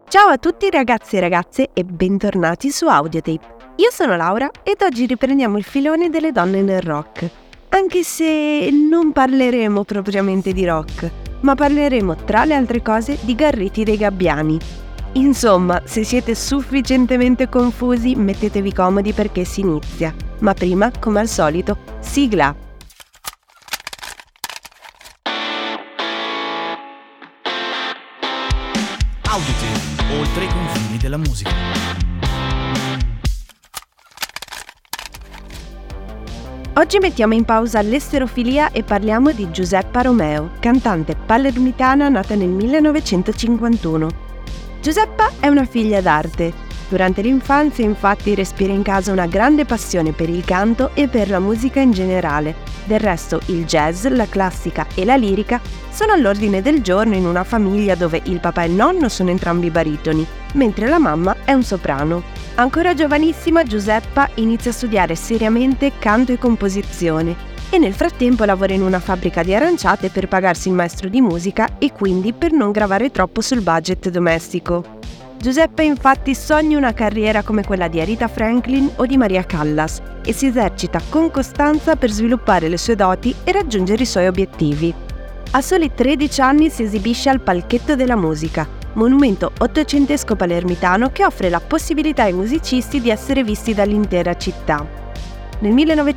Ciao a tutti ragazzi e ragazze e bentornati su Audiotape. Io sono Laura ed oggi riprendiamo il filone delle donne nel rock. Anche se non parleremo propriamente di rock, ma parleremo tra le altre cose di Garriti dei Gabbiani. Insomma, se siete sufficientemente confusi, mettetevi comodi perché si inizia. Ma prima, come al solito, sigla! Audiotape, oltre i confini della musica. Oggi mettiamo in pausa l'esterofilia e parliamo di Giuseppa Romeo, cantante palermitana nata nel 1951. Giuseppa è una figlia d'arte. Durante l'infanzia, infatti, respira in casa una grande passione per il canto e per la musica in generale. Del resto, il jazz, la classica e la lirica sono all'ordine del giorno in una famiglia dove il papà e il nonno sono entrambi baritoni, mentre la mamma è un soprano. Ancora giovanissima, Giuseppa inizia a studiare seriamente canto e composizione e nel frattempo lavora in una fabbrica di aranciate per pagarsi il maestro di musica e quindi per non gravare troppo sul budget domestico. Giuseppa infatti sogna una carriera come quella di Aretha Franklin o di Maria Callas e si esercita con costanza per sviluppare le sue doti e raggiungere i suoi obiettivi. A soli 13 anni si esibisce al Palchetto della Musica, monumento ottocentesco palermitano che offre la possibilità ai musicisti di essere visti dall'intera città. Nel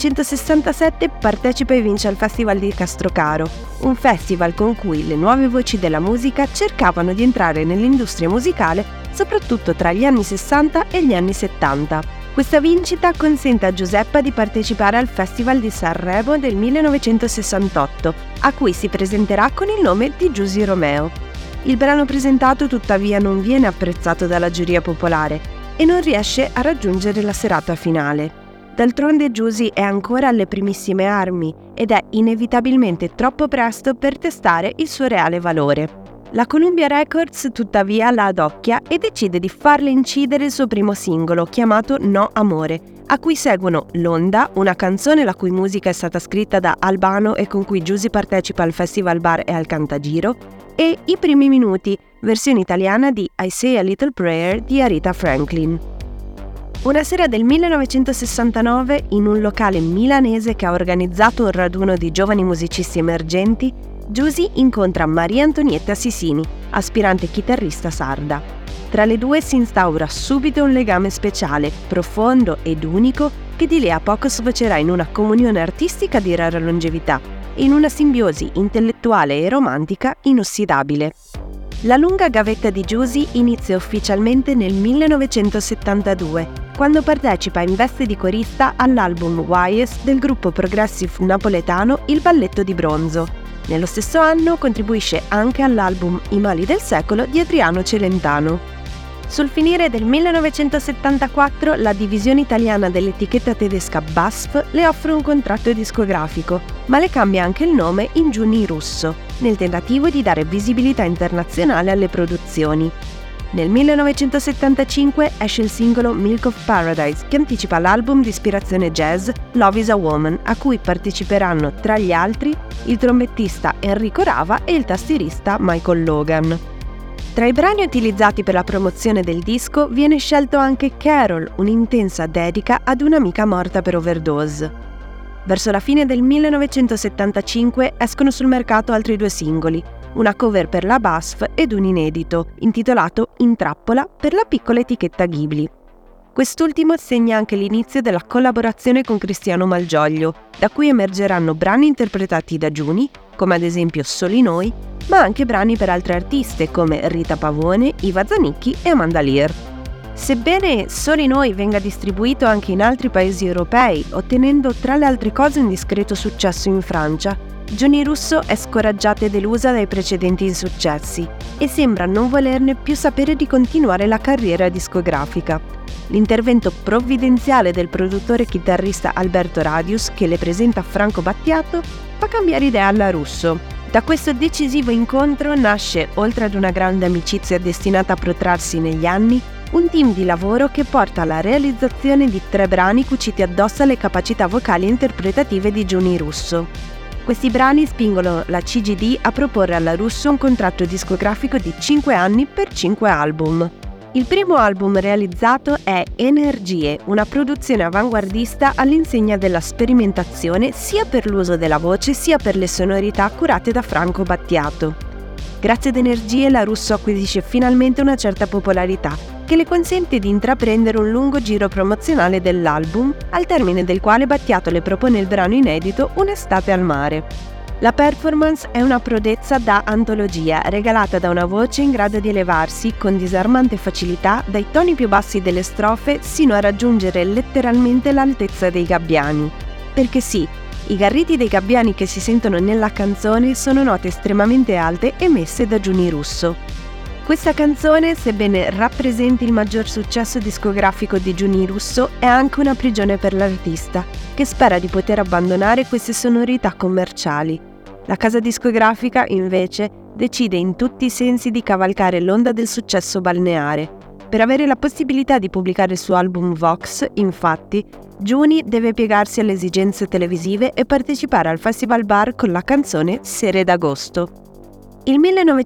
1967 partecipa e vince al Festival di Castrocaro, un festival con cui le nuove voci della musica cercavano di entrare nell'industria musicale soprattutto tra gli anni 60 e gli anni 70. Questa vincita consente a Giuseppa di partecipare al Festival di Sanremo del 1968, a cui si presenterà con il nome di Giusy Romeo. Il brano presentato tuttavia non viene apprezzato dalla giuria popolare e non riesce a raggiungere la serata finale. D'altronde Giusy è ancora alle primissime armi ed è inevitabilmente troppo presto per testare il suo reale valore. La Columbia Records tuttavia la adocchia e decide di farle incidere il suo primo singolo chiamato No Amore, a cui seguono L'Onda, una canzone la cui musica è stata scritta da Albano e con cui Giusy partecipa al Festival Bar e al Cantagiro, e I primi minuti, versione italiana di I Say a Little Prayer di Aretha Franklin. Una sera del 1969, in un locale milanese che ha organizzato un raduno di giovani musicisti emergenti, Giusy incontra Maria Antonietta Sisini, aspirante chitarrista sarda. Tra le due si instaura subito un legame speciale, profondo ed unico che di lì a poco sfocerà in una comunione artistica di rara longevità e in una simbiosi intellettuale e romantica inossidabile. La lunga gavetta di Giusy inizia ufficialmente nel 1972, quando partecipa in veste di corista all'album Wires del gruppo progressive napoletano Il Balletto di Bronzo. Nello stesso anno contribuisce anche all'album I mali del secolo di Adriano Celentano. Sul finire del 1974 la divisione italiana dell'etichetta tedesca BASF le offre un contratto discografico, ma le cambia anche il nome in Johnny Russo, nel tentativo di dare visibilità internazionale alle produzioni. Nel 1975 esce il singolo Milk of Paradise, che anticipa l'album di ispirazione jazz Love is a Woman, a cui parteciperanno tra gli altri il trombettista Enrico Rava e il tastierista Michael Logan. Tra i brani utilizzati per la promozione del disco viene scelto anche Carol, un'intensa dedica ad un'amica morta per overdose. Verso la fine del 1975 escono sul mercato altri due singoli, una cover per la BASF ed un inedito, intitolato In trappola per la piccola etichetta Ghibli. Quest'ultimo segna anche l'inizio della collaborazione con Cristiano Malgioglio, da cui emergeranno brani interpretati da Giuni, come ad esempio Soli Noi, ma anche brani per altre artiste come Rita Pavone, Iva Zanicchi e Amanda Lear. Sebbene Soli Noi venga distribuito anche in altri paesi europei, ottenendo tra le altre cose un discreto successo in Francia, Johnny Russo è scoraggiata e delusa dai precedenti insuccessi e sembra non volerne più sapere di continuare la carriera discografica. L'intervento provvidenziale del produttore chitarrista Alberto Radius, che le presenta Franco Battiato, fa cambiare idea alla Russo. Da questo decisivo incontro nasce, oltre ad una grande amicizia destinata a protrarsi negli anni, un team di lavoro che porta alla realizzazione di 3 brani cuciti addosso alle capacità vocali e interpretative di Johnny Russo. Questi brani spingono la CGD a proporre alla Russo un contratto discografico di 5 anni per 5 album. Il primo album realizzato è Energie, una produzione avanguardista all'insegna della sperimentazione sia per l'uso della voce sia per le sonorità curate da Franco Battiato. Grazie ad Energie la Russo acquisisce finalmente una certa popolarità, che le consente di intraprendere un lungo giro promozionale dell'album, al termine del quale Battiato le propone il brano inedito Un'estate al mare. La performance è una prodezza da antologia, regalata da una voce in grado di elevarsi con disarmante facilità dai toni più bassi delle strofe sino a raggiungere letteralmente l'altezza dei gabbiani. Perché sì, i garriti dei gabbiani che si sentono nella canzone sono note estremamente alte emesse da Giuni Russo. Questa canzone, sebbene rappresenti il maggior successo discografico di Giuni Russo, è anche una prigione per l'artista, che spera di poter abbandonare queste sonorità commerciali. La casa discografica, invece, decide in tutti i sensi di cavalcare l'onda del successo balneare. Per avere la possibilità di pubblicare il suo album Vox, infatti, Giuni deve piegarsi alle esigenze televisive e partecipare al Festival Bar con la canzone Sere d'agosto. Il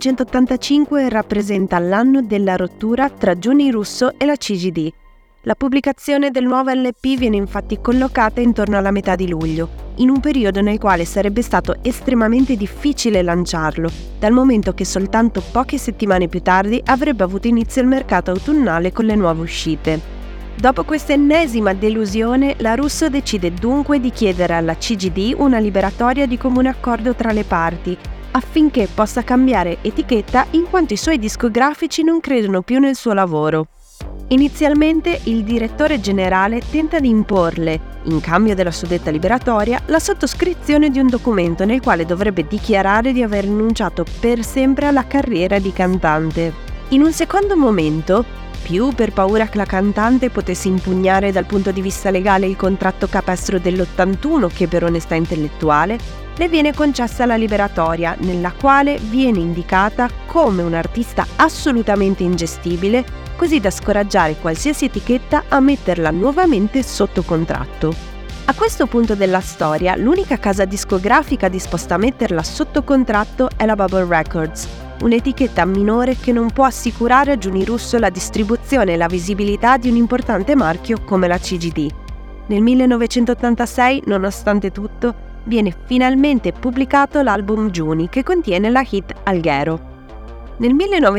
1985 rappresenta l'anno della rottura tra Giuni Russo e la CGD. La pubblicazione del nuovo LP viene infatti collocata intorno alla metà di luglio, in un periodo nel quale sarebbe stato estremamente difficile lanciarlo, dal momento che soltanto poche settimane più tardi avrebbe avuto inizio il mercato autunnale con le nuove uscite. Dopo questa ennesima delusione, la Russo decide dunque di chiedere alla CGD una liberatoria di comune accordo tra le parti, affinché possa cambiare etichetta in quanto i suoi discografici non credono più nel suo lavoro. Inizialmente il direttore generale tenta di imporle, in cambio della suddetta liberatoria, la sottoscrizione di un documento nel quale dovrebbe dichiarare di aver rinunciato per sempre alla carriera di cantante. In un secondo momento, più per paura che la cantante potesse impugnare dal punto di vista legale il contratto capestro dell'81 che per onestà intellettuale, le viene concessa la liberatoria, nella quale viene indicata come un artista assolutamente ingestibile, così da scoraggiare qualsiasi etichetta a metterla nuovamente sotto contratto. A questo punto della storia, l'unica casa discografica disposta a metterla sotto contratto è la Bubble Records, un'etichetta minore che non può assicurare a Giuni Russo la distribuzione e la visibilità di un importante marchio come la CGD. Nel 1986, nonostante tutto, viene finalmente pubblicato l'album Giuni, che contiene la hit Alghero. Nel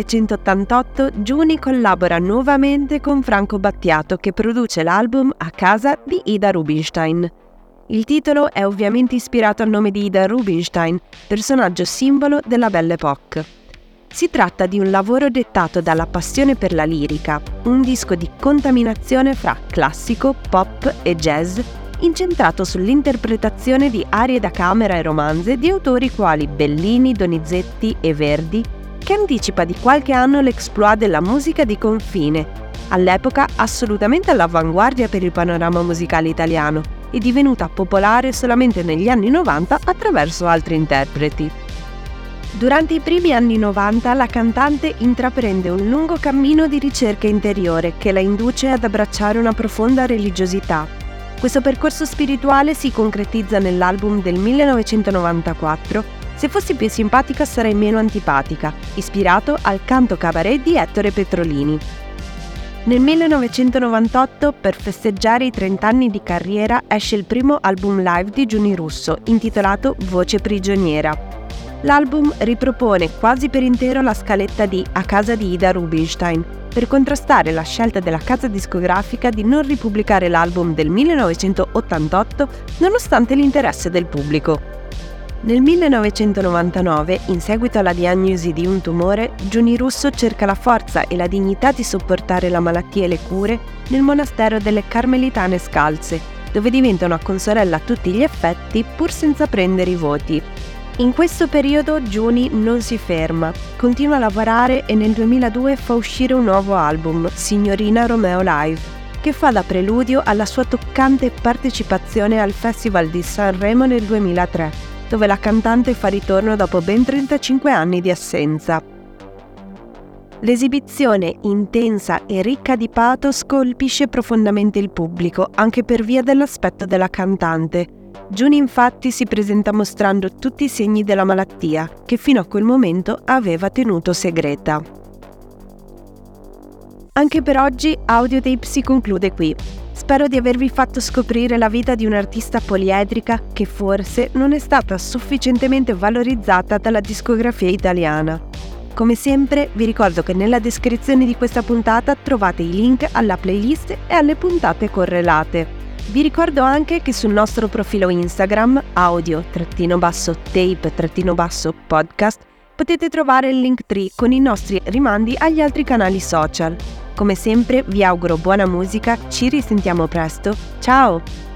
1988 Giuni collabora nuovamente con Franco Battiato, che produce l'album A casa di Ida Rubinstein. Il titolo è ovviamente ispirato al nome di Ida Rubinstein, personaggio simbolo della Belle Époque. Si tratta di un lavoro dettato dalla passione per la lirica, un disco di contaminazione fra classico, pop e jazz, incentrato sull'interpretazione di arie da camera e romanze di autori quali Bellini, Donizetti e Verdi, che anticipa di qualche anno l'exploit della musica di confine, all'epoca assolutamente all'avanguardia per il panorama musicale italiano e divenuta popolare solamente negli anni 90 attraverso altri interpreti. Durante i primi anni 90 la cantante intraprende un lungo cammino di ricerca interiore che la induce ad abbracciare una profonda religiosità. Questo percorso spirituale si concretizza nell'album del 1994 Se fossi più simpatica sarei meno antipatica, ispirato al canto cabaret di Ettore Petrolini. Nel 1998, per festeggiare i 30 anni di carriera, esce il primo album live di Giuni Russo, intitolato Voce prigioniera. L'album ripropone quasi per intero la scaletta di A casa di Ida Rubinstein, per contrastare la scelta della casa discografica di non ripubblicare l'album del 1988 nonostante l'interesse del pubblico. Nel 1999, in seguito alla diagnosi di un tumore, Giuni Russo cerca la forza e la dignità di sopportare la malattia e le cure nel monastero delle Carmelitane Scalze, dove diventa una consorella a tutti gli effetti pur senza prendere i voti. In questo periodo Giuni non si ferma, continua a lavorare e nel 2002 fa uscire un nuovo album, Signorina Romeo Live, che fa da preludio alla sua toccante partecipazione al Festival di Sanremo nel 2003, dove la cantante fa ritorno dopo ben 35 anni di assenza. L'esibizione intensa e ricca di pathos colpisce profondamente il pubblico, anche per via dell'aspetto della cantante. June infatti si presenta mostrando tutti i segni della malattia, che fino a quel momento aveva tenuto segreta. Anche per oggi Audiotape si conclude qui. Spero di avervi fatto scoprire la vita di un'artista poliedrica che forse non è stata sufficientemente valorizzata dalla discografia italiana. Come sempre vi ricordo che nella descrizione di questa puntata trovate i link alla playlist e alle puntate correlate. Vi ricordo anche che sul nostro profilo Instagram audio-tape-podcast potete trovare il Linktree con i nostri rimandi agli altri canali social. Come sempre vi auguro buona musica, ci risentiamo presto, ciao!